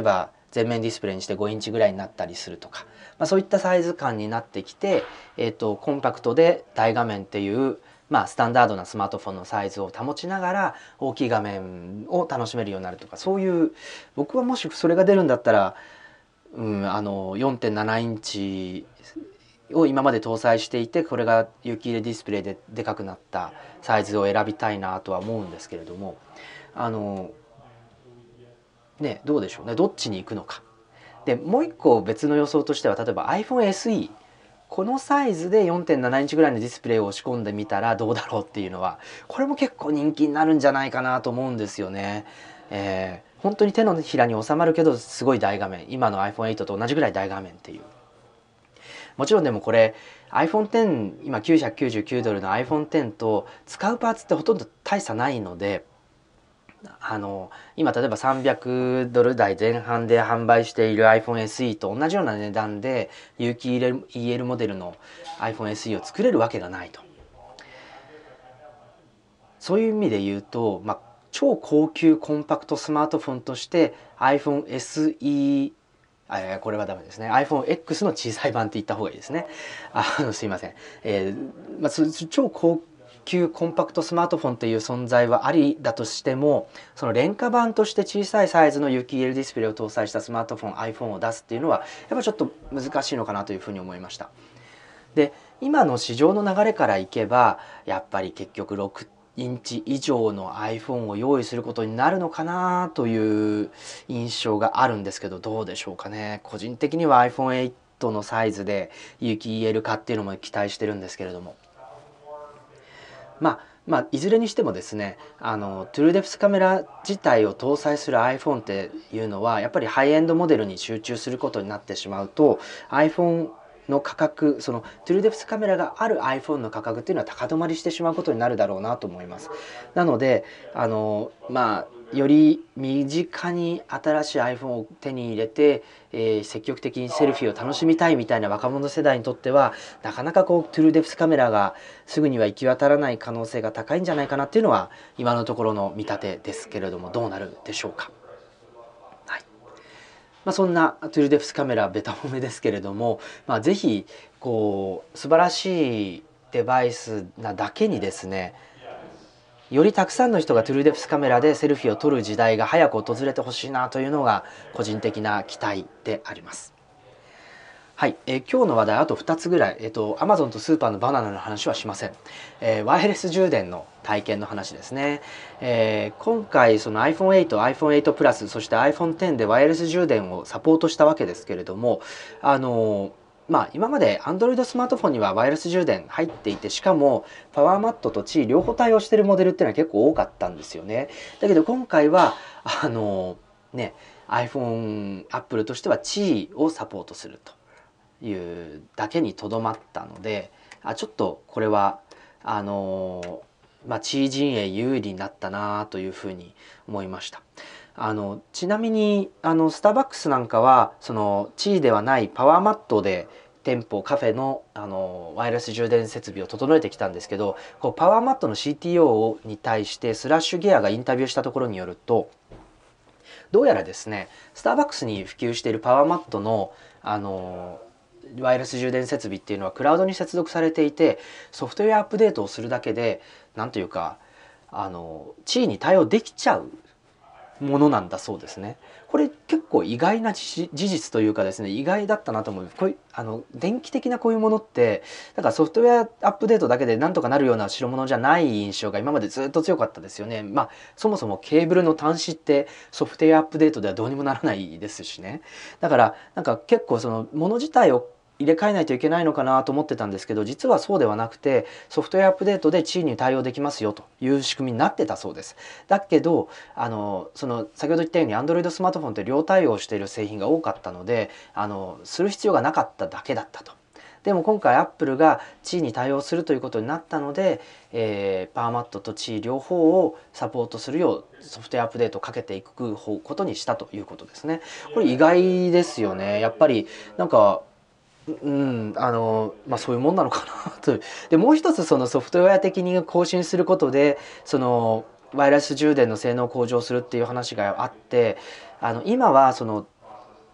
全面ディスプレイにしてごインチぐらいになったりするとか、まあ、そういったサイズ感になってきて、えーと、コンパクトで大画面っていう、まあ、スタンダードなスマートフォンのサイズを保ちながら大きい画面を楽しめるようになるとか、そういう、僕はもしそれが出るんだったら、うん、あの よんてんなな インチを今まで搭載していて、これが有機 イーエル ディスプレイででかくなったサイズを選びたいなとは思うんですけれども、あのね、どうでしょうね、どっちに行くのか。でもう一個別の予想としては、例えば iPhone エスイー、 このサイズで よんてんなな インチぐらいのディスプレイを押し込んでみたらどうだろうっていうのは、これも結構人気になるんじゃないかなと思うんですよね。えー、本当に手のひらに収まるけどすごい大画面、今の アイフォンエイト と同じぐらい大画面っていう。もちろんでもこれ アイフォンテン、今きゅうひゃくきゅうじゅうきゅうドルの アイフォンテン と使うパーツってほとんど大差ないので、あの今例えばさんびゃくドル台前半で販売している iPhone エスイー と同じような値段で有機 イーエル モデルの iPhone エスイー を作れるわけがないと。そういう意味で言うと、まあ、超高級コンパクトスマートフォンとして iPhone エスイー、あ、これはダメですね。iPhone エックス の小さい版って言った方がいいですね。あのすいません。えーまあ、超高級コンパクトスマートフォンという存在はありだとしても、その廉価版として小さいサイズの有機 イーエル ディスプレイを搭載したスマートフォン iPhone を出すっていうのはやっぱちょっと難しいのかなというふうに思いました。で、今の市場の流れからいけばやっぱり結局ろくインチ以上の iPhone を用意することになるのかなという印象があるんですけど、どうでしょうかね。個人的には アイフォンエイト のサイズで有機 イーエル 化っていうのも期待してるんですけれども、まあまあいずれにしてもですね、あのトゥルーデプスカメラ自体を搭載する iPhone っていうのはやっぱりハイエンドモデルに集中することになってしまうと、 iPhone の価格、そのトゥルーデプスカメラがある iPhone の価格っていうのは高止まりしてしまうことになるだろうなと思います。なのであのまあより身近に新しい iPhone を手に入れて、えー、積極的にセルフィーを楽しみたいみたいな若者世代にとっては、なかなかこうトゥルーデプスカメラがすぐには行き渡らない可能性が高いんじゃないかなっていうのは今のところの見立てですけれども、どうなるでしょうか。はい、まあ、そんなトゥルーデプスカメラベタ褒めですけれども、まあ、ぜひこう素晴らしいデバイスなだけにですね、よりたくさんの人がトゥルーデプスカメラでセルフィーを撮る時代が早く訪れてほしいなというのが個人的な期待であります。はい、えー、今日の話題あとふたつぐらい、えーと、Amazon とスーパーのバナナの話はしません。えー、ワイヤレス充電の体験の話ですね。えー、今回その アイフォンエイト、アイフォンエイト プラス、そして アイフォンテン でワイヤレス充電をサポートしたわけですけれども、あのーまあ、今まで Android スマートフォンにはワイヤレス充電入っていて、しかもパワーマットとチー両方対応しているモデルっていうのは結構多かったんですよね。だけど今回はあのね iPhone、Apple としてはチーをサポートするというだけにとどまったので、あちょっとこれはあのまあ、チー陣営有利になったなというふうに思いました。あのちなみにあのスターバックスなんかはそのチーではないパワーマットで店舗カフェのあのワイヤレス充電設備を整えてきたんですけど、こうパワーマットの シーティーオー に対してスラッシュギアがインタビューしたところによると、どうやらですねスターバックスに普及しているパワーマットのあのワイヤレス充電設備っていうのはクラウドに接続されていて、ソフトウェアアップデートをするだけでなんというかあのチーに対応できちゃうものなんだそうですね。これ結構意外な事実というかですね、意外だったなと思う。こういうあの電気的なこういうものってだからソフトウェアアップデートだけでなんとかなるような代物じゃない印象が今までずっと強かったですよね。まあそもそもケーブルの端子ってソフトウェアアップデートではどうにもならないですしね。だからなんか結構そのもの自体を入れ替えないといけないのかなと思ってたんですけど、実はそうではなくてソフトウェアアップデートでチーに対応できますよという仕組みになってたそうです。だけどあのその先ほど言ったように Android スマートフォンって両対応している製品が多かったので、あのする必要がなかっただけだったと。でも今回アップルがチーに対応するということになったので、えー、パワーマットとチー両方をサポートするようソフトウェアアップデートをかけていくことにしたということですね。これ意外ですよね。やっぱりなんかうん、あのまあそういうもんなのかなと。でもう一つそのソフトウェア的に更新することでそのワイヤレス充電の性能を向上するっていう話があって、あの今はその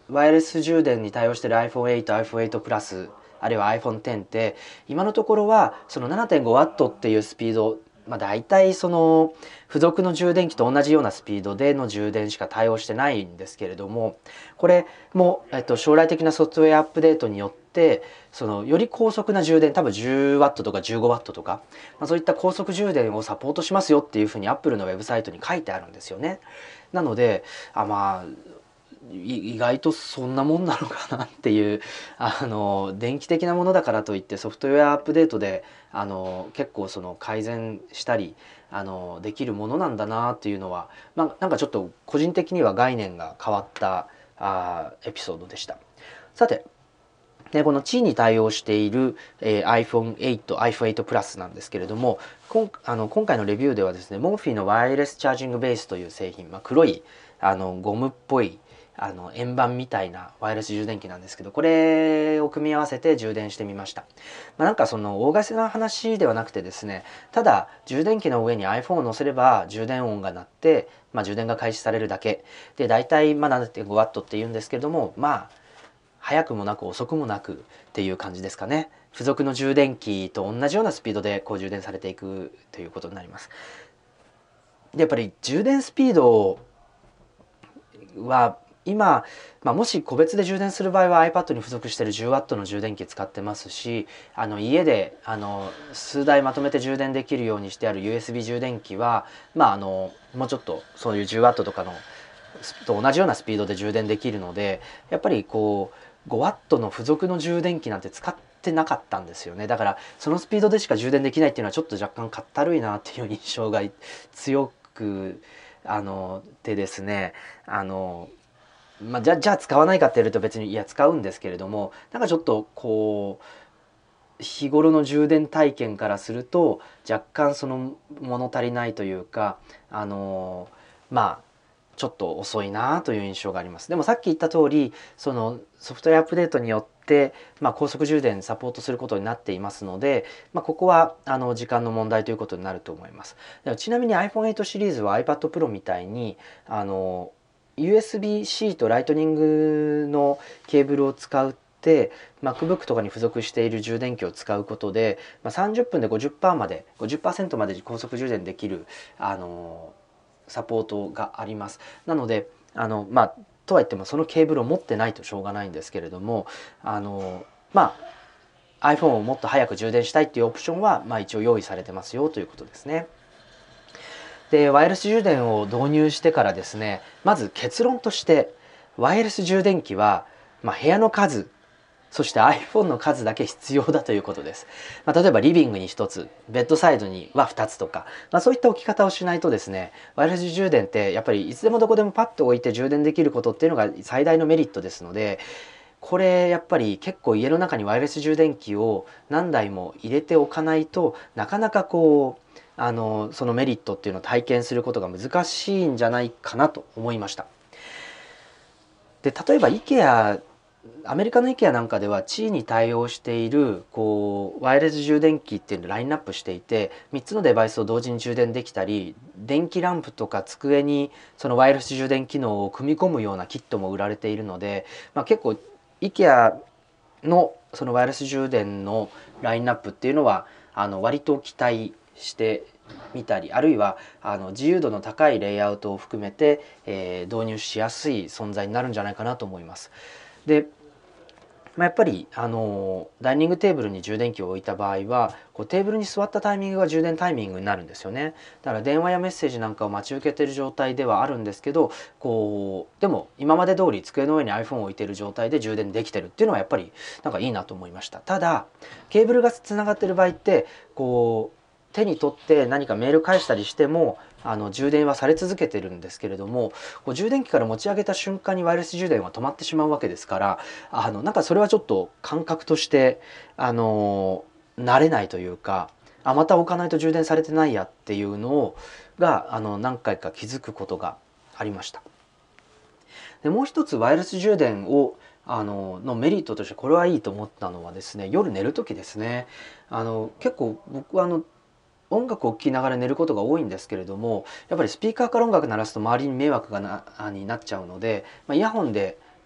ワイヤレス充電に対応している アイフォンエイト、アイフォンエイト プラス、あるいは アイフォンテン って今のところはその ななてんごワット っていうスピード、まあ、大体その付属の充電器と同じようなスピードでの充電しか対応してないんですけれども、これも、えっと、将来的なソフトウェアアップデートによってそのより高速な充電、多分 じゅうワット とか じゅうごワット とか、まあ、そういった高速充電をサポートしますよっていうふうに Apple のウェブサイトに書いてあるんですよね。なのであまあ意外とそんなもんなのかなっていう、あの電気的なものだからといってソフトウェアアップデートであの結構その改善したりあのできるものなんだなっていうのは、まあ、なんかちょっと個人的には概念が変わったあエピソードでした。さてでこの地位に対応している、えー、アイフォンエイト、アイフォンエイト プラスなんですけれども、こんあの今回のレビューではですね、モーフィーのワイヤレスチャージングベースという製品、まあ、黒いあのゴムっぽいあの円盤みたいなワイヤレス充電器なんですけど、これを組み合わせて充電してみました。まあ、なんかその大がせな話ではなくてですね、ただ充電器の上に iPhone を乗せれば充電音が鳴って、まあ、充電が開始されるだけで、だいたいまあ ななてんごワット っていうんですけれども、まあ早くもなく遅くもなくっていう感じですかね。付属の充電器と同じようなスピードでこう充電されていくということになります。でやっぱり充電スピードは今、まあ、もし個別で充電する場合は iPad に付属している じゅうワット の充電器使ってますし、あの家であの数台まとめて充電できるようにしてある ユーエスビー 充電器は、まあ、あのもうちょっとそういう じゅうワット とかのと同じようなスピードで充電できるので、やっぱりこう ごワット の付属の充電器なんて使ってなかったんですよね。だからそのスピードでしか充電できないっていうのはちょっと若干かったるいなっていう印象が強くあのでですね、あのまあ、じゃじゃあ使わないかって言われると別にいや使うんですけれども、なんかちょっとこう日頃の充電体験からすると若干その物足りないというか、あのまあちょっと遅いなという印象があります。でもさっき言った通りそのソフトウェアアップデートによって、まあ、高速充電サポートすることになっていますので、まあ、ここはあの時間の問題ということになると思います。ちなみに アイフォンエイト シリーズは iPad Pro みたいにあの ユーエスビーシー とライトニングのケーブルを使うで MacBook とかに付属している充電器を使うことで、まあ、さんじゅっぷんで ごじゅっパーセント まで ごじゅっパーセント まで高速充電できるあのサポートがあります。なのであのまあとはいってもそのケーブルを持ってないとしょうがないんですけれども、あのまあ iPhone をもっと早く充電したいっていうオプションは、まあ、一応用意されてますよということですね。でワイヤレス充電を導入してからですね、まず結論としてワイヤレス充電器は、まあ、部屋の数そして iPhone の数だけ必要だということです。まあ、例えばリビングにひとつ、ベッドサイドにはふたつとか、まあ、そういった置き方をしないとですね、ワイヤレス充電ってやっぱりいつでもどこでもパッと置いて充電できることっていうのが最大のメリットですので、これやっぱり結構家の中にワイヤレス充電器を何台も入れておかないとなかなかこうあのそのメリットっていうのを体験することが難しいんじゃないかなと思いました。で例えば IKEAアメリカの IKEA なんかでは地位に対応しているこうワイヤレス充電器っていうのをラインナップしていて、みっつのデバイスを同時に充電できたり、電気ランプとか机にそのワイヤレス充電機能を組み込むようなキットも売られているので、まあ、結構 IKEA のそのワイヤレス充電のラインナップっていうのはあの割と期待してみたり、あるいはあの自由度の高いレイアウトを含めて、えー、導入しやすい存在になるんじゃないかなと思います。でまあ、やっぱりあのダイニングテーブルに充電器を置いた場合はこうテーブルに座ったタイミングが充電タイミングになるんですよね。だから電話やメッセージなんかを待ち受けている状態ではあるんですけど、こうでも今まで通り机の上に iPhone を置いている状態で充電できてるっていうのはやっぱりなんかいいなと思いました。ただケーブルがつながっている場合ってこう手に取って何かメール返したりしてもあの充電はされ続けてるんですけれども、こう充電器から持ち上げた瞬間にワイヤレス充電は止まってしまうわけですから、あのなんかそれはちょっと感覚としてあの慣れないというか、あまた置かないと充電されてないやっていうのをがあの何回か気づくことがありました。でもう一つワイヤレス充電をあののメリットとしてこれはいいと思ったのはですね、夜寝る時ですね。あの結構僕はあの音楽を聴きながら寝ることが多いんですけれども、やっぱりスピーカーから音楽鳴らすと周りに迷惑がなになっちゃうので、まあ、イヤホンで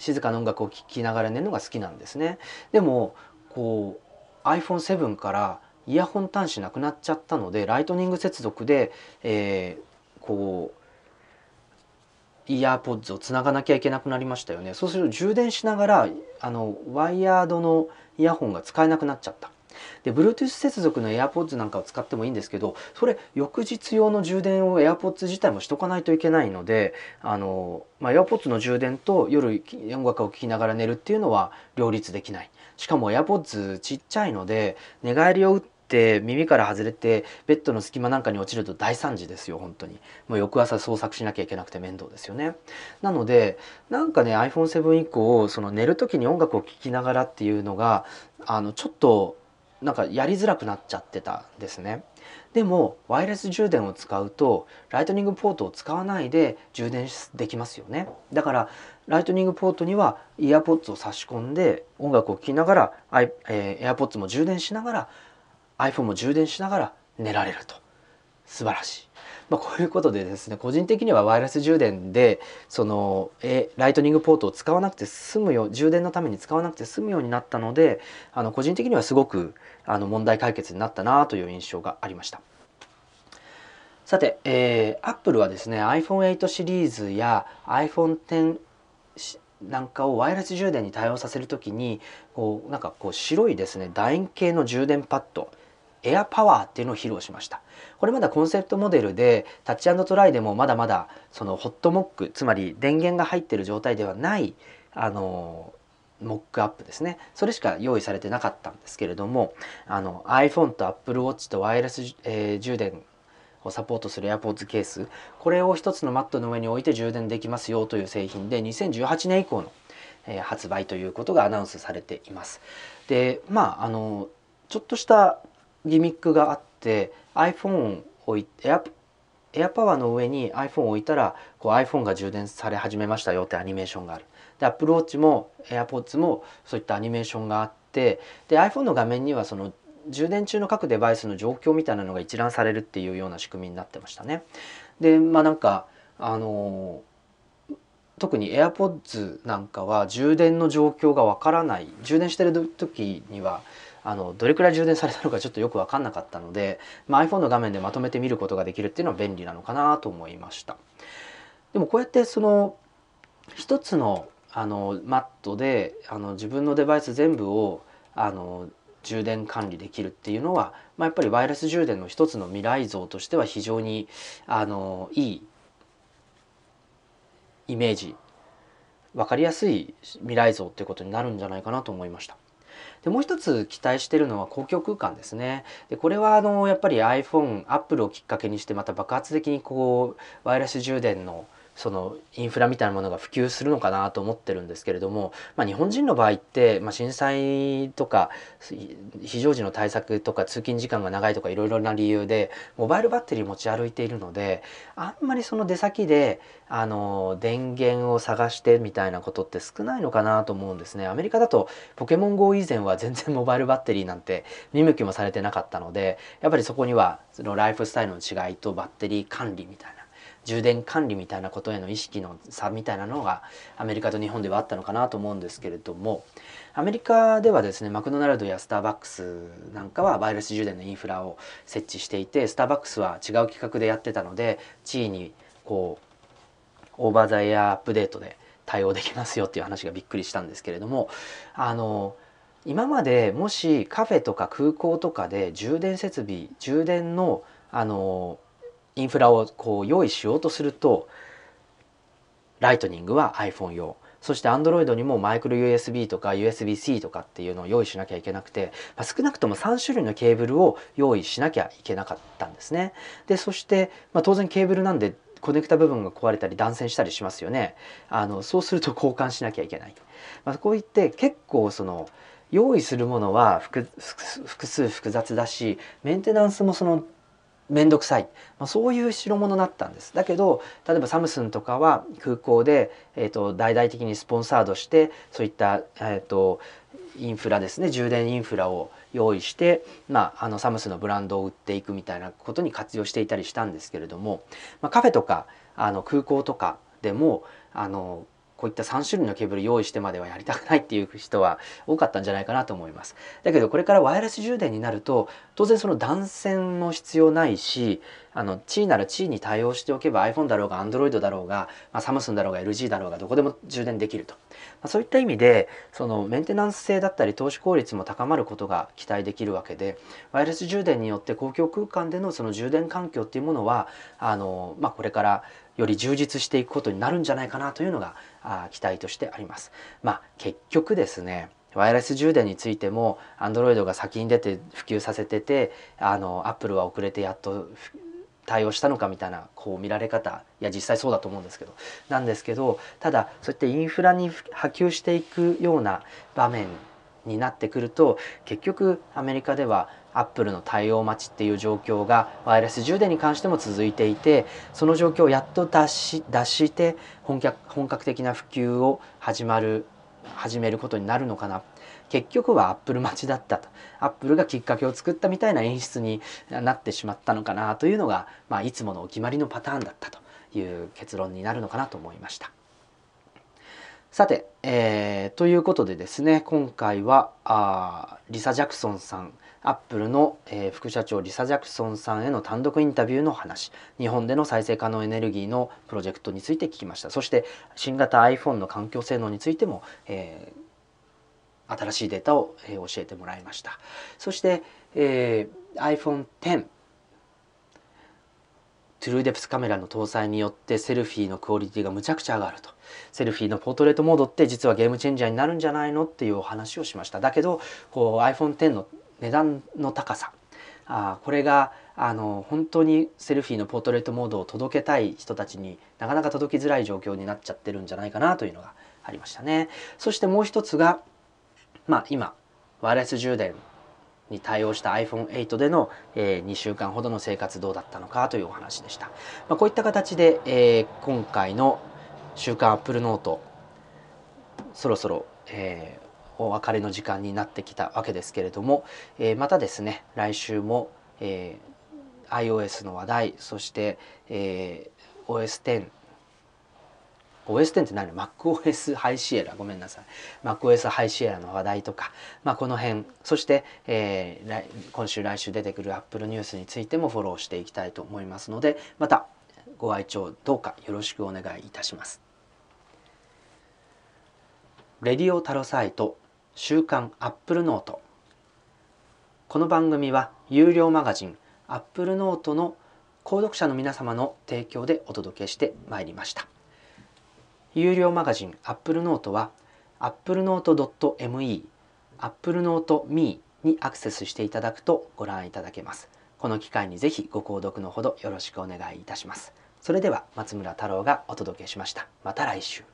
静かな音楽を聴きながら寝るのが好きなんですね。でもこう アイフォンセブン からイヤホン端子なくなっちゃったので、ライトニング接続で、えー、こうイヤーポッズをつながなきゃいけなくなりましたよね。そうすると充電しながらあのワイヤードのイヤホンが使えなくなっちゃった。で Bluetooth 接続の AirPods なんかを使ってもいいんですけど、それ翌日用の充電を AirPods 自体もしとかないといけないので、あの、まあ、AirPods の充電と夜音楽を聴きながら寝るっていうのは両立できない。しかも AirPods ちっちゃいので寝返りを打って耳から外れてベッドの隙間なんかに落ちると大惨事ですよ本当に。もう翌朝捜索しなきゃいけなくて面倒ですよね。なのでなんかね アイフォンセブン 以降その寝る時に音楽を聴きながらっていうのがあのちょっとなんかやりづらくなっちゃってたんですね。でもワイヤレス充電を使うとライトニングポートを使わないで充電できますよね。だからライトニングポートにはイヤーポッツを差し込んで音楽を聴きながら、えー、AirPods も充電しながら iPhone も充電しながら寝られると。素晴らしい。まあ、こういうことでですね、個人的にはワイヤレス充電でそのえライトニングポートを使わなくて済むよう、充電のために使わなくて済むようになったので、あの個人的にはすごくあの問題解決になったなという印象がありました。さて、えー、Apple はですね アイフォンエイト シリーズや アイフォンテン なんかをワイヤレス充電に対応させるときにこうなんかこう白いですね楕円形の充電パッドエアパワーっていうのを披露しました。これまだコンセプトモデルでタッチ&トライでもまだまだそのホットモック、つまり電源が入っている状態ではないあのモックアップですね、それしか用意されてなかったんですけれども、あの iPhone と Apple Watch とワイヤレス、えー、充電をサポートする AirPods ケース、これを一つのマットの上に置いて充電できますよという製品でにせんじゅうはちねん以降の、えー、発売ということがアナウンスされています。でまああのちょっとしたギミックがあって iPhone を置いて Air AirPower の上に iPhone を置いたらこう iPhone が充電され始めましたよってアニメーションがある。で Apple Watch も AirPods もそういったアニメーションがあって、で iPhone の画面にはその充電中の各デバイスの状況みたいなのが一覧されるっていうような仕組みになってましたね。でまあなんかあの特に AirPods なんかは充電の状況がわからない、充電してる時にはあのどれくらい充電されたのかちょっとよく分かんなかったので、まあ、iPhone の画面でまとめて見ることができるっていうのは便利なのかなと思いました。でもこうやってその一つのあのマットであの自分のデバイス全部をあの充電管理できるっていうのは、まあ、やっぱりワイヤレス充電の一つの未来像としては非常にあのいいイメージ、分かりやすい未来像っていうことになるんじゃないかなと思いました。でもう一つ期待しているのは公共空間ですね。でこれはあのやっぱり iPhone、Apple をきっかけにしてまた爆発的にこうワイヤレス充電のそのインフラみたいなものが普及するのかなと思ってるんですけれども、まあ、日本人の場合って、まあ、震災とか非常時の対策とか通勤時間が長いとかいろいろな理由でモバイルバッテリー持ち歩いているので、あんまりその出先であの電源を探してみたいなことって少ないのかなと思うんですね。アメリカだとポケモン ゴー 以前は全然モバイルバッテリーなんて見向きもされてなかったので、やっぱりそこにはそのライフスタイルの違いとバッテリー管理みたいな充電管理みたいなことへの意識の差みたいなのがアメリカと日本ではあったのかなと思うんですけれども、アメリカではですねマクドナルドやスターバックスなんかはワイヤレス充電のインフラを設置していて、スターバックスは違う企画でやってたので地位にこうオーバーザエアアップデートで対応できますよっていう話がびっくりしたんですけれども、あの今までもしカフェとか空港とかで充電設備充電のあのインフラをこう用意しようとするとライトニングは iPhone 用、そして Android にもマイクロ ユーエスビー とか ユーエスビー-C とかっていうのを用意しなきゃいけなくて、まあ、少なくともさん種類のケーブルを用意しなきゃいけなかったんですね。でそして、まあ、当然ケーブルなんでコネクタ部分が壊れたり断線したりしますよね。あのそうすると交換しなきゃいけない、まあ、こういって結構その用意するものは複数複雑だしメンテナンスもそのめんどくさい、まあ、そういう代物だったんです。だけど例えばサムスンとかは空港で、えー、と大々的にスポンサードしてそういった、えー、とインフラですね充電インフラを用意して、まあ、あのサムスンのブランドを売っていくみたいなことに活用していたりしたんですけれども、まあ、カフェとかあの空港とかでもあのこういったさん種類のケーブル用意してまではやりたくないっていう人は多かったんじゃないかなと思います。だけどこれからワイヤレス充電になると当然その断線も必要ないし、あの地位なら地位に対応しておけば iPhone だろうが Android だろうが、まあ、サムスンだろうが エルジー だろうがどこでも充電できると、まあ、そういった意味でそのメンテナンス性だったり投資効率も高まることが期待できるわけで、ワイヤレス充電によって公共空間でのその充電環境っていうものはあの、まあ、これからより充実していくことになるんじゃないかなというのがあ期待としてあります。まあ結局ですね、ワイヤレス充電についても Android が先に出て普及させてて、あの Apple は遅れてやっと対応したのかみたいなこう見られ方、いや実際そうだと思うんですけどなんですけど、ただそういったインフラに波及していくような場面になってくると、結局アメリカではアップルの対応待ちっていう状況がワイヤレス充電に関しても続いていて、その状況をやっと脱し脱して本格本格的な普及を始まる始めることになるのかな。結局はアップル待ちだったと、アップルがきっかけを作ったみたいな演出になってしまったのかなというのが、まあ、いつものお決まりのパターンだったという結論になるのかなと思いました。さて、えー、ということでですね、今回はあリサ・ジャクソンさん、アップルの、えー、副社長リサ・ジャクソンさんへの単独インタビューの話、日本での再生可能エネルギーのプロジェクトについて聞きました。そして新型 iPhone の環境性能についても、えー新しいデータを教えてもらいました。そして、えー、アイフォンテン トゥルーデプスカメラの搭載によってセルフィーのクオリティがむちゃくちゃ上がると、セルフィーのポートレートモードって実はゲームチェンジャーになるんじゃないのっていうお話をしました。だけどこう アイフォンテン の値段の高さ、あこれがあの本当にセルフィーのポートレートモードを届けたい人たちになかなか届きづらい状況になっちゃってるんじゃないかなというのがありましたね。そしてもう一つがまあ、今ワイヤレス充電に対応した アイフォンエイト での、えー、にしゅうかんほどの生活どうだったのかというお話でした。まあ、こういった形で、えー、今回の週刊アップルノートそろそろ、えー、お別れの時間になってきたわけですけれども、えー、またですね来週も、えー、iOS の話題、そして、えー、オーエステンオーエステン って何？ MacOS ハイシエラ、ごめんなさい。MacOS ハイシエラの話題とか、まあ、この辺、そして、えー、今週来週出てくる Apple ニュースについてもフォローしていきたいと思いますので、またご愛聴どうかよろしくお願いいたします。レディオタロサイト週刊 Apple ノート。この番組は有料マガジン Apple ノートの購読者の皆様の提供でお届けしてまいりました。有料マガジン Apple ノートは アップルノートドットエムイー、Apple Note Me にアクセスしていただくとご覧いただけます。この機会にぜひご購読のほどよろしくお願いいたします。それでは松村太郎がお届けしました。また来週。